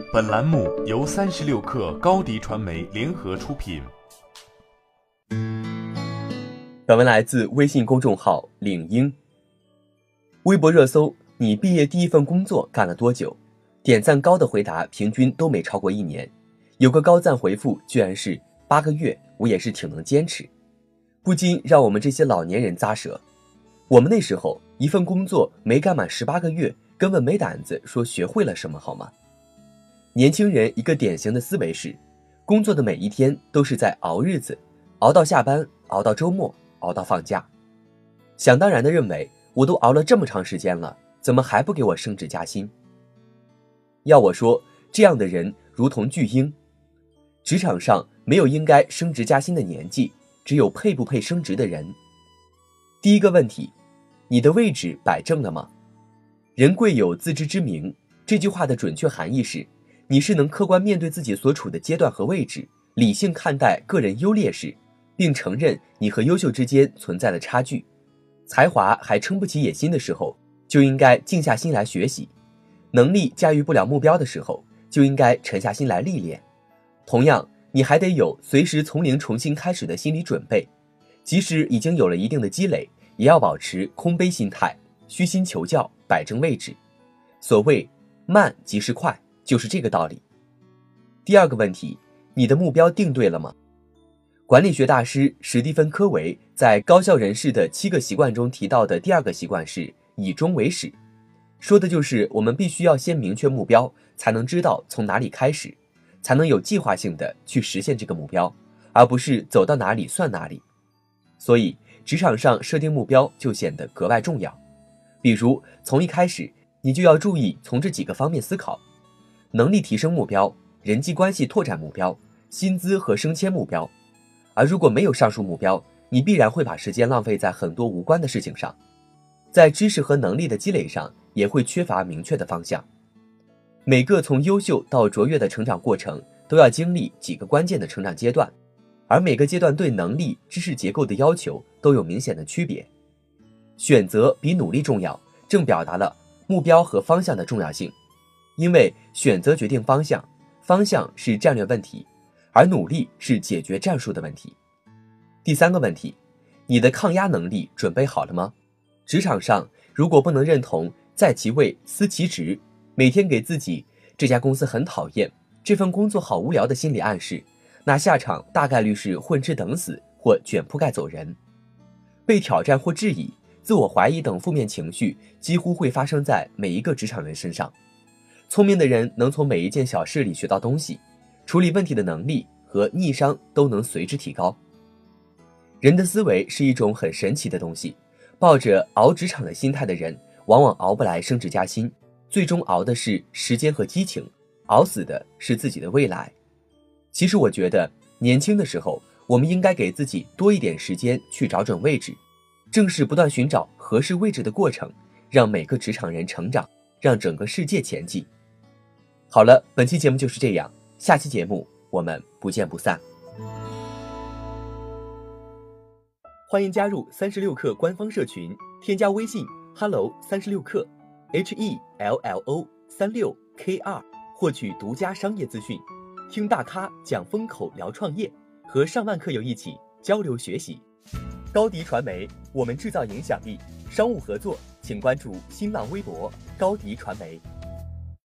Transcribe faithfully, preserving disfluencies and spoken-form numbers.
本栏目由三十六氪高迪传媒联合出品。 本文来自微信公众号领英。微博热搜：你毕业第一份工作干了多久？点赞高的回答平均都没超过一年，有个高赞回复居然是八个月，我也是挺能坚持，不禁让我们这些老年人咂舌。我们那时候一份工作没干满十八个月，根本没胆子说学会了什么，好吗？年轻人一个典型的思维是，工作的每一天都是在熬日子，熬到下班，熬到周末，熬到放假。想当然地认为，我都熬了这么长时间了，怎么还不给我升职加薪？要我说，这样的人如同巨婴。职场上没有应该升职加薪的年纪，只有配不配升职的人。第一个问题，你的位置摆正了吗？人贵有自知之明，这句话的准确含义是，你是能客观面对自己所处的阶段和位置，理性看待个人优劣势，并承认你和优秀之间存在的差距。才华还撑不起野心的时候，就应该静下心来学习；能力驾驭不了目标的时候，就应该沉下心来历练。同样，你还得有随时从零重新开始的心理准备，即使已经有了一定的积累，也要保持空杯心态，虚心求教，摆正位置。所谓慢即是快，就是这个道理。第二个问题，你的目标定对了吗？管理学大师史蒂芬·科维在《高效人士的七个习惯》中提到的第二个习惯是以终为始，说的就是我们必须要先明确目标，才能知道从哪里开始，才能有计划性的去实现这个目标，而不是走到哪里算哪里。所以职场上设定目标就显得格外重要。比如从一开始，你就要注意从这几个方面思考：能力提升目标、人际关系拓展目标、薪资和升迁目标。而如果没有上述目标，你必然会把时间浪费在很多无关的事情上，在知识和能力的积累上也会缺乏明确的方向。每个从优秀到卓越的成长过程都要经历几个关键的成长阶段，而每个阶段对能力、知识结构的要求都有明显的区别。选择比努力重要，正表达了目标和方向的重要性。因为选择决定方向，方向是战略问题，而努力是解决战术的问题。第三个问题，你的抗压能力准备好了吗？职场上如果不能认同在其位思其职，每天给自己这家公司很讨厌，这份工作好无聊的心理暗示，那下场大概率是混吃等死或卷铺盖走人。被挑战或质疑、自我怀疑等负面情绪几乎会发生在每一个职场人身上。聪明的人能从每一件小事里学到东西，处理问题的能力和逆商都能随之提高。人的思维是一种很神奇的东西，抱着熬职场的心态的人，往往熬不来升职加薪，最终熬的是时间和激情，熬死的是自己的未来。其实我觉得，年轻的时候，我们应该给自己多一点时间去找准位置，正是不断寻找合适位置的过程，让每个职场人成长，让整个世界前进。好了，本期节目就是这样，下期节目我们不见不散。欢迎加入三十六氪官方社群，添加微信 hello 三十六氪 H E L L O 三六 K 二，获取独家商业资讯，听大咖讲风口，聊创业，和上万客友一起交流学习。高迪传媒，我们制造影响力。商务合作请关注新浪微博高迪传媒。